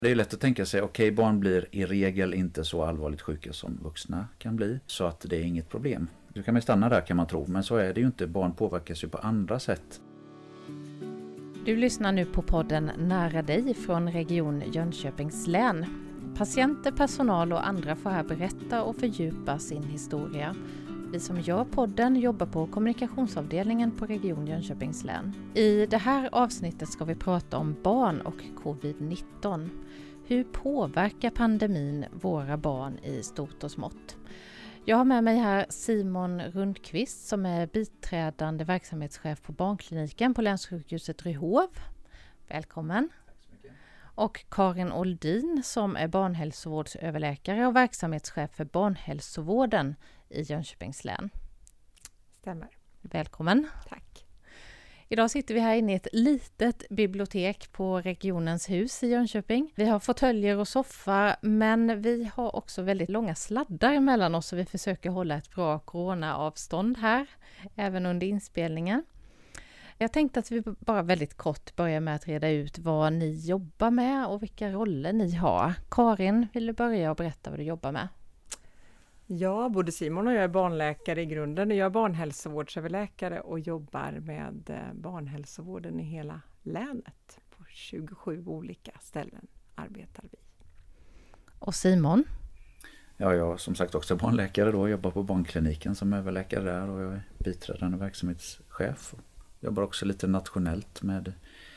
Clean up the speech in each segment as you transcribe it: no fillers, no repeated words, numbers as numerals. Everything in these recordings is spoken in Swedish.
Det är lätt att tänka sig, okej, barn blir i regel inte så allvarligt sjuka som vuxna kan bli, så att det är inget problem. Då kan man stanna där, kan man tro, men så är det ju inte. Barn påverkas ju på andra sätt. Du lyssnar nu på podden Nära dig från Region Jönköpings län. Patienter, personal och andra får här berätta och fördjupa sin historia. Vi som gör podden jobbar på kommunikationsavdelningen på Region Jönköpings län. I det här avsnittet ska vi prata om barn och covid-19. Hur påverkar pandemin våra barn i stort och smått? Jag har med mig här Simon Rundqvist som är biträdande verksamhetschef på barnkliniken på länssjukhuset Ryhov. Välkommen. Tack så mycket. Och Karin Oldin som är barnhälsovårdsöverläkare och verksamhetschef för barnhälsovården i Jönköpings län. Stämmer. Välkommen. Tack. Idag sitter vi här inne i ett litet bibliotek på regionens hus i Jönköping. Vi har fåtöljer och soffa, men vi har också väldigt långa sladdar mellan oss och vi försöker hålla ett bra coronaavstånd här, även under inspelningen. Jag tänkte att vi bara väldigt kort börjar med att reda ut vad ni jobbar med och vilka roller ni har. Karin, vill du börja och berätta vad du jobbar med? Ja, både Simon och jag är barnläkare i grunden. Jag är barnhälsovårdsöverläkare och jobbar med barnhälsovården i hela länet. På 27 olika ställen arbetar vi. Och Simon? Ja, jag som sagt också barnläkare då, jobbar på barnkliniken som överläkare där och jag är biträdande verksamhetschef. Jobbar också lite nationellt med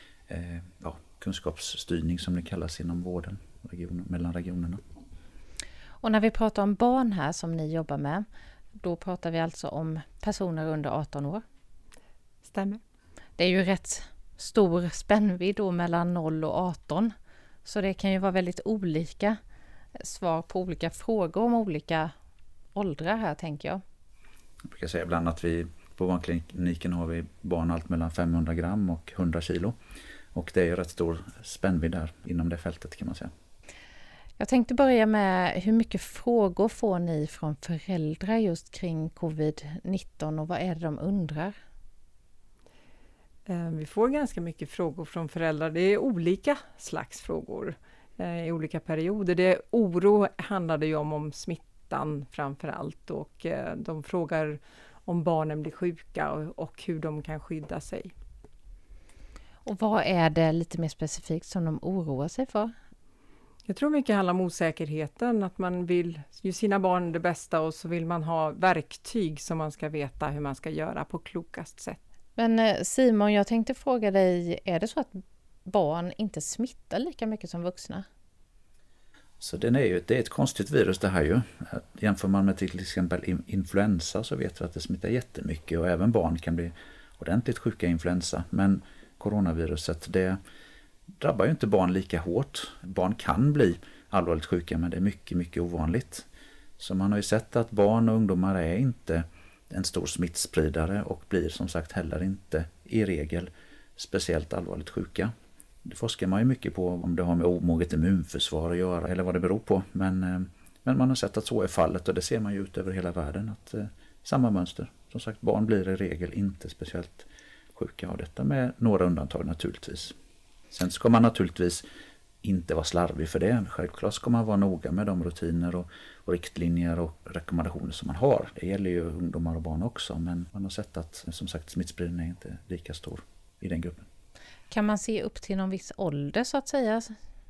kunskapsstyrning som det kallas inom vården mellan regionerna. Och när vi pratar om barn här som ni jobbar med, då pratar vi alltså om personer under 18 år. Stämmer. Det är ju rätt stor spännvidd då mellan 0 och 18. Så det kan ju vara väldigt olika svar på olika frågor om olika åldrar här, tänker jag. Jag brukar säga ibland att vi på barnkliniken har vi barn allt mellan 500 gram och 100 kilo. Och det är ju rätt stor spännvidd där inom det fältet, kan man säga. Jag tänkte börja med hur mycket frågor får ni från föräldrar just kring covid-19 och vad är det de undrar? Vi får ganska mycket frågor från föräldrar. Det är olika slags frågor i olika perioder. Oro handlar ju om smittan framför allt och de frågar om barnen blir sjuka och hur de kan skydda sig. Och vad är det lite mer specifikt som de oroar sig för? Jag tror mycket handlar om osäkerheten, att man vill ge sina barn det bästa och så vill man ha verktyg som man ska veta hur man ska göra på klokast sätt. Men Simon, jag tänkte fråga dig, är det så att barn inte smittar lika mycket som vuxna? Så det är ett konstigt virus det här ju. Jämför man med till exempel influensa så vet vi att det smittar jättemycket och även barn kan bli ordentligt sjuka i influensa. Men coronaviruset, det drabbar ju inte barn lika hårt. Barn kan bli allvarligt sjuka men det är mycket, mycket ovanligt. Så man har ju sett att barn och ungdomar är inte en stor smittspridare och blir som sagt heller inte i regel speciellt allvarligt sjuka. Det forskar man ju mycket på om det har med omoget immunförsvar att göra eller vad det beror på. Men man har sett att så är fallet och det ser man ju ut över hela världen. Att samma mönster. Som sagt, barn blir i regel inte speciellt sjuka av detta med några undantag naturligtvis. Sen ska man naturligtvis inte vara slarvig för det. Självklart ska man vara noga med de rutiner och riktlinjer och rekommendationer som man har. Det gäller ju ungdomar och barn också. Men man har sett att som sagt smittspridningen är inte lika stor i den gruppen. Kan man se upp till någon viss ålder så att säga?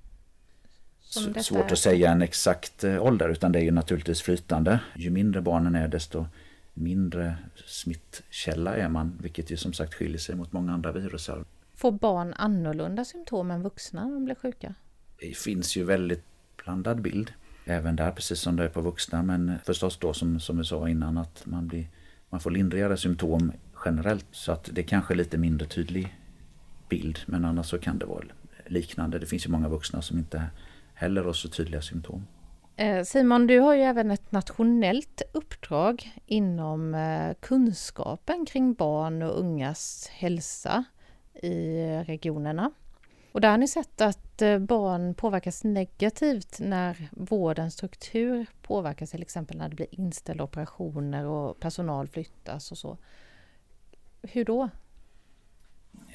Svårt att säga en exakt ålder utan det är ju naturligtvis flytande. Ju mindre barnen är desto mindre smittkälla är man. Vilket ju som sagt skiljer sig mot många andra virusar. Får barn annorlunda symptom än vuxna när de blir sjuka? Det finns ju väldigt blandad bild. Även där, precis som det är på vuxna. Men förstås då som vi sa innan att man får lindrigare symptom generellt. Så att det är kanske lite mindre tydlig bild. Men annars så kan det vara liknande. Det finns ju många vuxna som inte heller har så tydliga symptom. Simon, du har ju även ett nationellt uppdrag inom kunskapen kring barn och ungas hälsa i regionerna. Och där har ni sett att barn påverkas negativt när vårdens struktur påverkas, till exempel när det blir inställda operationer och personal flyttas och så. Hur då?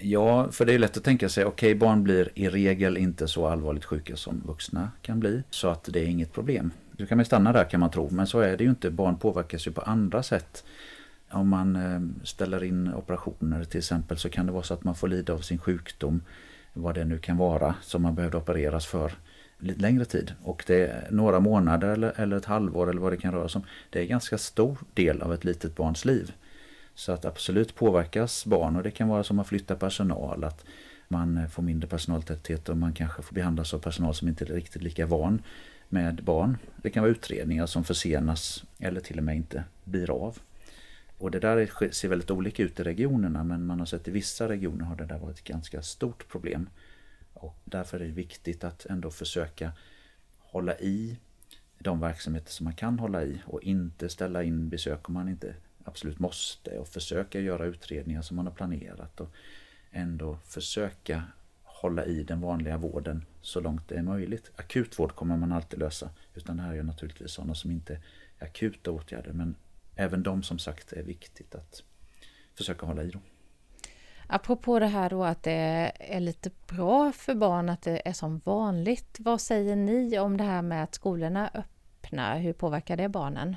Ja, för det är lätt att tänka sig, okej, barn blir i regel inte så allvarligt sjuka som vuxna kan bli, så att det är inget problem. Du kan man stanna där kan man tro, men så är det ju inte. Barn påverkas ju på andra sätt. Om man ställer in operationer till exempel, så kan det vara så att man får lida av sin sjukdom, vad det nu kan vara, som man behövde opereras för lite längre tid. Och det är några månader eller ett halvår eller vad det kan röra sig om. Det är en ganska stor del av ett litet barns liv. Så att absolut påverkas barn, och det kan vara som att flytta personal, att man får mindre personaltäthet och man kanske får behandlas av personal som inte är riktigt lika van med barn. Det kan vara utredningar som försenas eller till och med inte blir av. Och det där ser väldigt olika ut i regionerna, men man har sett i vissa regioner har det där varit ett ganska stort problem. Och därför är det viktigt att ändå försöka hålla i de verksamheter som man kan hålla i och inte ställa in besök om man inte absolut måste, och försöka göra utredningar som man har planerat och ändå försöka hålla i den vanliga vården så långt det är möjligt. Akutvård kommer man alltid lösa, utan det här är naturligtvis sådana som inte är akuta åtgärder, men även de som sagt är viktigt att försöka hålla i dem. Apropå det här då att det är lite bra för barn att det är som vanligt. Vad säger ni om det här med att skolorna öppnar? Hur påverkar det barnen?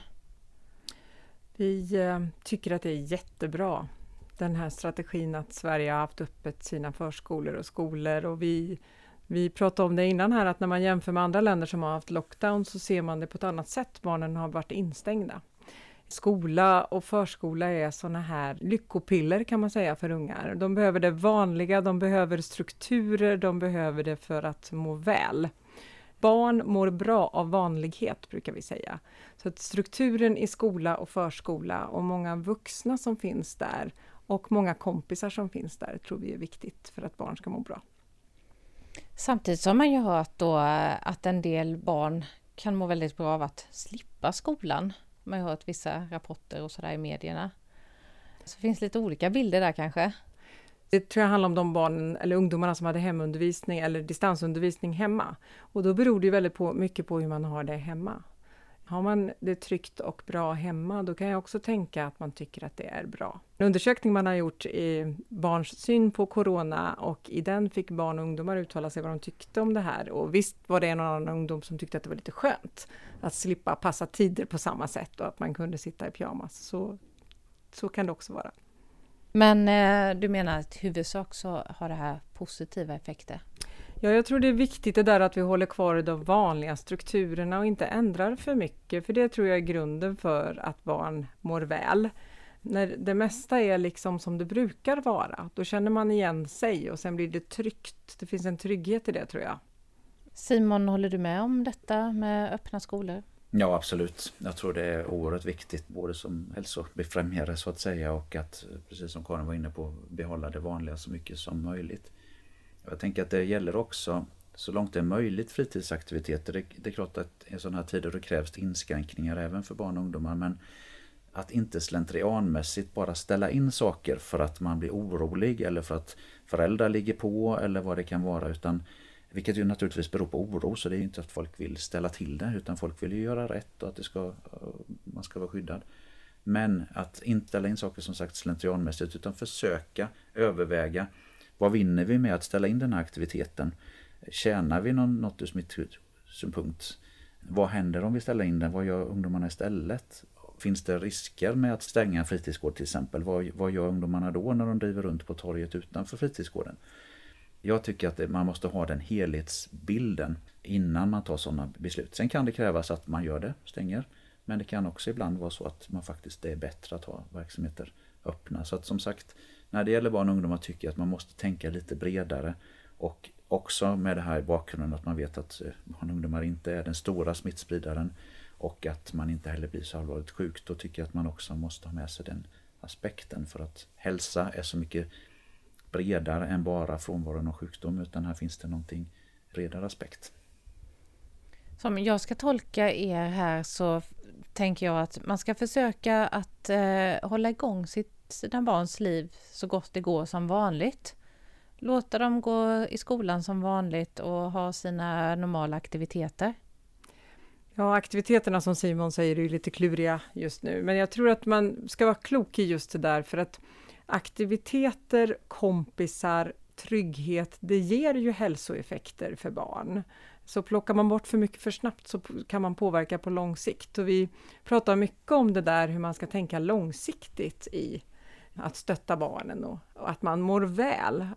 Vi tycker att det är jättebra. Den här strategin att Sverige har haft öppet sina förskolor och skolor. Och vi pratade om det innan här, att när man jämför med andra länder som har haft lockdown så ser man det på ett annat sätt. Barnen har varit instängda. Skola och förskola är såna här lyckopiller kan man säga för ungar. De behöver det vanliga, de behöver strukturer, de behöver det för att må väl. Barn mår bra av vanlighet brukar vi säga. Så att strukturen i skola och förskola och många vuxna som finns där och många kompisar som finns där tror vi är viktigt för att barn ska må bra. Samtidigt som man ju hört då att en del barn kan må väldigt bra av att slippa skolan. Man har hört vissa rapporter och sådär i medierna. Så finns lite olika bilder där kanske. Det tror jag handlar om de barnen eller ungdomarna som hade hemundervisning eller distansundervisning hemma. Och då beror det ju väldigt mycket på hur man har det hemma. Har man det tryggt och bra hemma, då kan jag också tänka att man tycker att det är bra. En undersökning man har gjort i barns syn på corona, och i den fick barn och ungdomar uttala sig vad de tyckte om det här. Och visst var det en annan ungdom som tyckte att det var lite skönt att slippa passa tider på samma sätt och att man kunde sitta i pyjamas. Så kan det också vara. Men du menar att i huvudsak så har det här positiva effekter? Ja, jag tror det är viktigt det där att vi håller kvar i de vanliga strukturerna och inte ändrar för mycket. För det tror jag är grunden för att barn mår väl. När det mesta är liksom som det brukar vara, då känner man igen sig och sen blir det tryggt. Det finns en trygghet i det tror jag. Simon, håller du med om detta med öppna skolor? Ja, absolut. Jag tror det är oerhört viktigt både som hälsobefrämjare så att säga, och att, precis som Karin var inne på, behålla det vanliga så mycket som möjligt. Jag tänker att det gäller också så långt det är möjligt fritidsaktiviteter. Det är klart att i sådana här tider då krävs det inskränkningar även för barn och ungdomar, men att inte slentrianmässigt bara ställa in saker för att man blir orolig eller för att föräldrar ligger på eller vad det kan vara, utan vilket ju naturligtvis beror på oro, så det är inte att folk vill ställa till det, utan folk vill ju göra rätt och att man ska vara skyddad. Men att inte ställa in saker som sagt slentrianmässigt, utan försöka överväga, vad vinner vi med att ställa in den här aktiviteten? Tjänar vi något ur smittsynpunkt? Vad händer om vi ställer in den? Vad gör ungdomarna istället? Finns det risker med att stänga en fritidsgård till exempel? Vad gör ungdomarna då när de driver runt på torget utanför fritidsgården? Jag tycker att man måste ha den helhetsbilden innan man tar sådana beslut. Sen kan det krävas att man gör det, stänger. Men det kan också ibland vara så att man faktiskt är bättre att ha verksamheter öppna. Så att som sagt, när det gäller barn och ungdomar tycker jag att man måste tänka lite bredare. Och också med det här i bakgrunden att man vet att barn och ungdomar inte är den stora smittspridaren. Och att man inte heller blir så allvarligt sjuk. Då tycker jag att man också måste ha med sig den aspekten. För att hälsa är så mycket bredare än bara frånvaron av sjukdom, utan här finns det någonting bredare aspekt. Som jag ska tolka er här så tänker jag att man ska försöka att hålla igång sina barns liv så gott det går som vanligt. Låta dem gå i skolan som vanligt och ha sina normala aktiviteter. Ja, aktiviteterna som Simon säger är lite kluriga just nu. Men jag tror att man ska vara klok i just det där, för att aktiviteter, kompisar, trygghet, det ger ju hälsoeffekter för barn. Så plockar man bort för mycket för snabbt så kan man påverka på lång sikt. Och vi pratar mycket om det där hur man ska tänka långsiktigt i att stötta barnen och att man mår väl.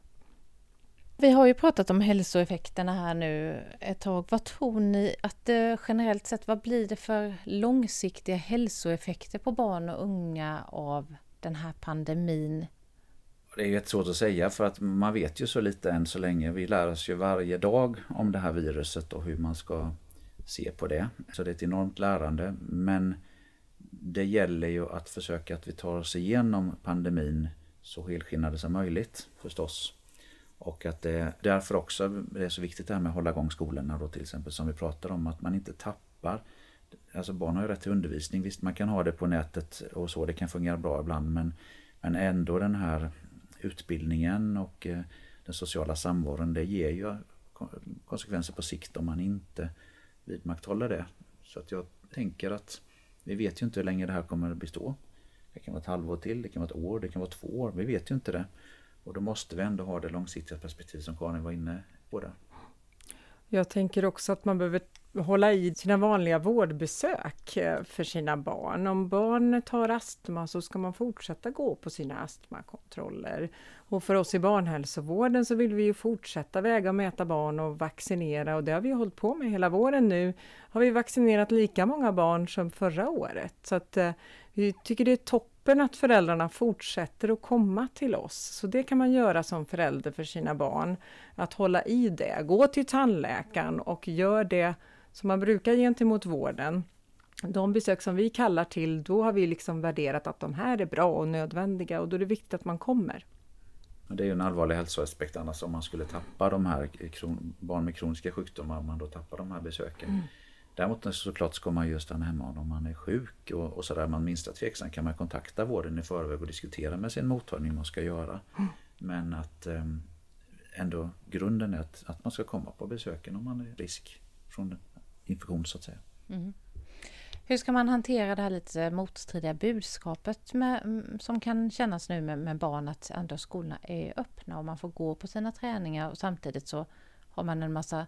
Vi har ju pratat om hälsoeffekterna här nu ett tag. Vad tror ni att generellt sett, vad blir det för långsiktiga hälsoeffekter på barn och unga av den här pandemin? Det är ju svårt att säga för att man vet ju så lite än så länge. Vi lär oss ju varje dag om det här viruset och hur man ska se på det. Så det är ett enormt lärande. Men det gäller ju att försöka att vi tar oss igenom pandemin så helskinnade som möjligt förstås. Och att det därför också det är så viktigt det här med att hålla igång skolorna då till exempel som vi pratar om. Att man inte tappar. Alltså barn har ju rätt till undervisning. Visst man kan ha det på nätet och så. Det kan fungera bra ibland. Men ändå den här utbildningen och den sociala samvaron, det ger ju konsekvenser på sikt om man inte vidmakthåller det. Så att jag tänker att vi vet ju inte hur länge det här kommer att bestå. Det kan vara ett halvår till, det kan vara ett år, det kan vara 2 år. Vi vet ju inte det. Och då måste vi ändå ha det långsiktiga perspektiv som Karin var inne på där. Jag tänker också att man behöver hålla i sina vanliga vårdbesök för sina barn. Om barn tar astma så ska man fortsätta gå på sina astmakontroller. Och för oss i barnhälsovården så vill vi ju fortsätta väga och mäta barn och vaccinera. Och det har vi hållit på med hela våren nu. Har vi vaccinerat lika många barn som förra året. Så att vi tycker det är toppen att föräldrarna fortsätter att komma till oss. Så det kan man göra som förälder för sina barn. Att hålla i det. Gå till tandläkaren och gör det som man brukar gentemot vården. De besök som vi kallar till, då har vi liksom värderat att de här är bra och nödvändiga och då är det viktigt att man kommer. Det är ju en allvarlig hälsoaspekt annars om man skulle tappa de här barn med kroniska sjukdomar, om man då tappar de här besöken. Däremot såklart ska man ju stanna hemma om man är sjuk och sådär. Man minsta tveksam kan man kontakta vården i förväg och diskutera med sin mottagning man ska göra. Men att ändå grunden är att man ska komma på besöken om man är risk från infektion så att säga. Mm. Hur ska man hantera det här lite motstridiga budskapet som kan kännas nu med barn att ändå skolorna är öppna och man får gå på sina träningar och samtidigt så har man en massa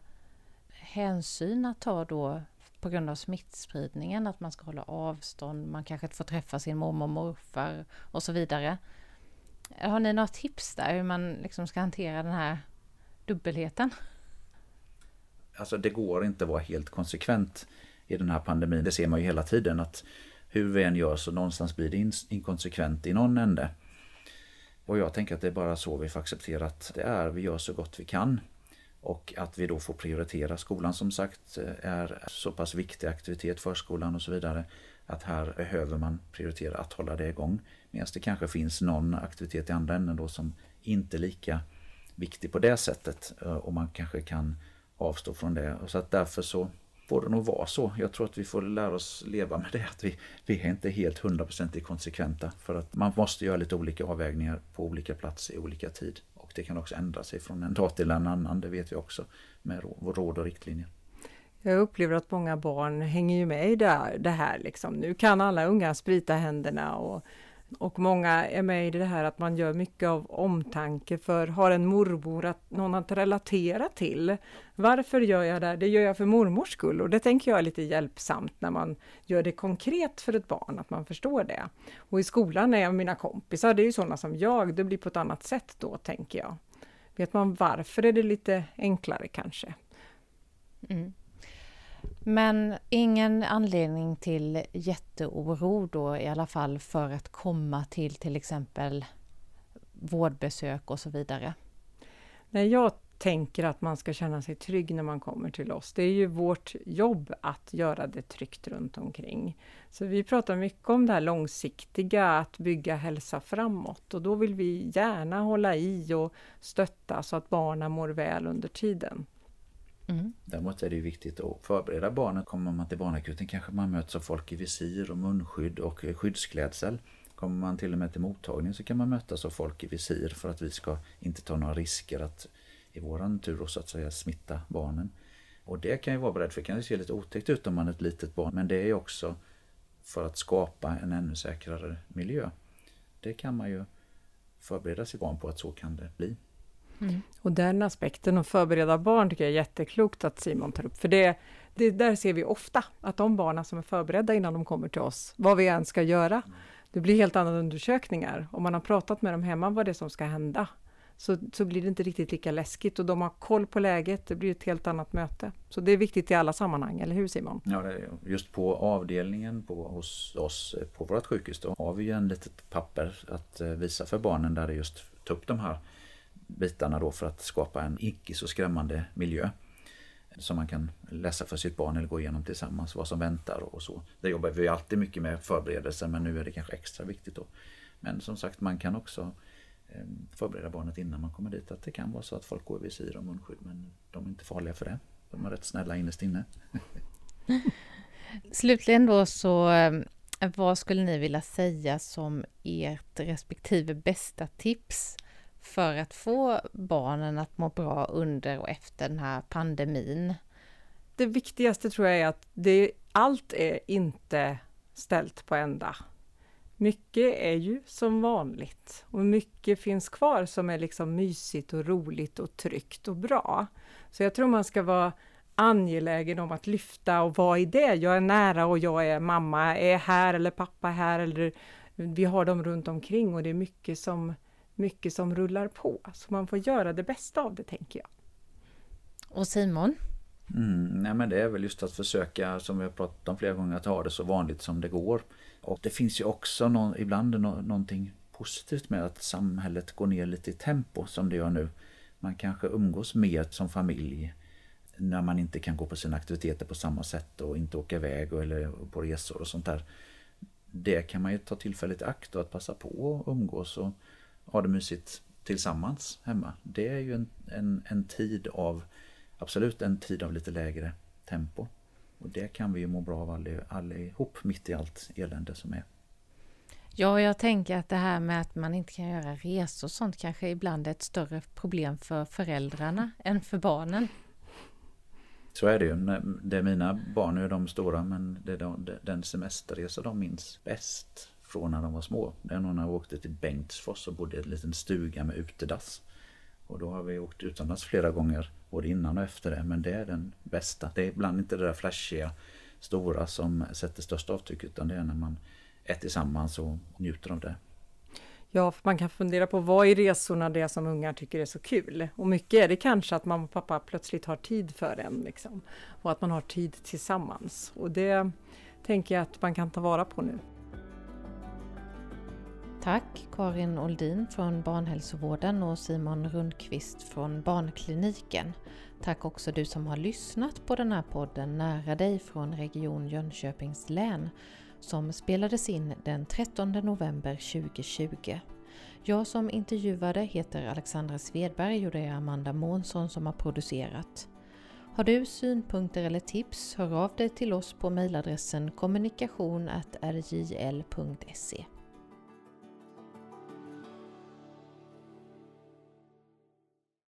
hänsyn att ta då på grund av smittspridningen, att man ska hålla avstånd, man kanske inte får träffa sin mormor och morfar och så vidare. Har ni några tips där hur man liksom ska hantera den här dubbelheten? Alltså det går inte att vara helt konsekvent i den här pandemin. Det ser man ju hela tiden att hur vi än gör så någonstans blir det inkonsekvent i någon ände. Och jag tänker att det är bara så vi får acceptera att det är. Vi gör så gott vi kan. Och att vi då får prioritera skolan som sagt är så pass viktig aktivitet, förskolan och så vidare. Att här behöver man prioritera att hålla det igång. Medan det kanske finns någon aktivitet i andra änden då som inte är lika viktig på det sättet. Och man kanske kan avstå från det. Och så att därför så får det nog vara så. Jag tror att vi får lära oss leva med det. Att vi är inte helt 100% konsekventa. För att man måste göra lite olika avvägningar på olika platser i olika tid. Och det kan också ändra sig från en dag till en annan. Det vet vi också med råd och riktlinjer. Jag upplever att många barn hänger ju med i det här. Liksom. Nu kan alla unga sprita händerna och många är med i det här att man gör mycket av omtanke för har en mormor någon att relatera till. Varför gör jag det? Det gör jag för mormors skull och det tänker jag är lite hjälpsamt när man gör det konkret för ett barn, att man förstår det. Och i skolan är mina kompisar, det är ju sådana som jag, det blir på ett annat sätt då tänker jag. Vet man varför är det lite enklare kanske. Mm. Men ingen anledning till jätteoro då i alla fall för att komma till exempel vårdbesök och så vidare? Nej, jag tänker att man ska känna sig trygg när man kommer till oss. Det är ju vårt jobb att göra det tryggt runt omkring. Så vi pratar mycket om det här långsiktiga, att bygga hälsa framåt. Och då vill vi gärna hålla i och stötta så att barnen mår väl under tiden. Mm. Däremot är det ju viktigt att förbereda barnen. Kommer man till barnakuten kanske man möts av folk i visir och munskydd och skyddsklädsel. Kommer man till och med till mottagning så kan man mötas av folk i visir för att vi ska inte ta några risker att i våran tur så att säga smitta barnen. Och det kan ju vara beredd för det kan ju se lite otäckt ut om man är ett litet barn. Men det är ju också för att skapa en ännu säkrare miljö. Det kan man ju förbereda sitt barn på att så kan det bli. Och den aspekten att förbereda barn tycker jag är jätteklokt att Simon tar upp. För det där ser vi ofta, att de barnen som är förberedda innan de kommer till oss, vad vi än ska göra, det blir helt andra undersökningar. Om man har pratat med dem hemma vad det är som ska hända, så blir det inte riktigt lika läskigt och de har koll på läget, det blir ett helt annat möte. Så det är viktigt i alla sammanhang, eller hur Simon? Ja, just på avdelningen hos oss på vårt sjukhus då har vi ju en litet papper att visa för barnen där det just tar upp de här bitarna då för att skapa en icke så skrämmande miljö som man kan läsa för sitt barn eller gå igenom tillsammans vad som väntar och så. Det jobbar vi alltid mycket med förberedelser, men nu är det kanske extra viktigt då. Men som sagt, man kan också förbereda barnet innan man kommer dit, att det kan vara så att folk går i visir och munskydd, men de är inte farliga för det. De är rätt snälla innerst inne. Slutligen då, så vad skulle ni vilja säga som ert respektive bästa tips för att få barnen att må bra under och efter den här pandemin? Det viktigaste tror jag är att allt är inte ställt på ända. Mycket är ju som vanligt och mycket finns kvar som är liksom mysigt och roligt och tryggt och bra. Så jag tror man ska vara angelägen om att lyfta och vara i det. Jag är nära och jag är mamma, är här eller pappa är här, eller vi har dem runt omkring och det är mycket som rullar på. Så man får göra det bästa av det, tänker jag. Och Simon? Nej, men det är väl just att försöka, som vi har pratat om flera gånger, att ha det så vanligt som det går. Och det finns ju också ibland någonting positivt med att samhället går ner lite i tempo som det gör nu. Man kanske umgås mer som familj när man inte kan gå på sina aktiviteter på samma sätt och inte åka iväg eller på resor och sånt där. Det kan man ju ta tillfället i akt och att passa på att umgås och ha det mysigt tillsammans hemma. Det är ju en tid av, absolut en tid av lite lägre tempo. Och det kan vi ju må bra av allihop mitt i allt elände som är. Ja, jag tänker att det här med att man inte kan göra resor och sånt kanske ibland är ett större problem för föräldrarna än för barnen. Så är det ju. Det är mina barn är de stora, men det är den semesterresa de minns bäst från när de var små. Det är nog när jag åkte till Bengtsfors och bodde i en liten stuga med utedass. Och då har vi åkt utomlands flera gånger, både innan och efter det. Men det är den bästa. Det är ibland inte det där flashiga, stora som sätter störst avtryck, utan det är när man är tillsammans och njuter av det. Ja, för man kan fundera på vad i resorna det är som ungar tycker är så kul. Och mycket är det kanske att mamma och pappa plötsligt har tid för en. Liksom. Och att man har tid tillsammans. Och det tänker jag att man kan ta vara på nu. Tack Karin Oldin från Barnhälsovården och Simon Rundqvist från Barnkliniken. Tack också du som har lyssnat på den här podden Nära dig från Region Jönköpings län som spelades in den 13 november 2020. Jag som intervjuade heter Alexandra Svedberg och det är Amanda Månsson som har producerat. Har du synpunkter eller tips, hör av dig till oss på mejladressen kommunikation@rjl.se.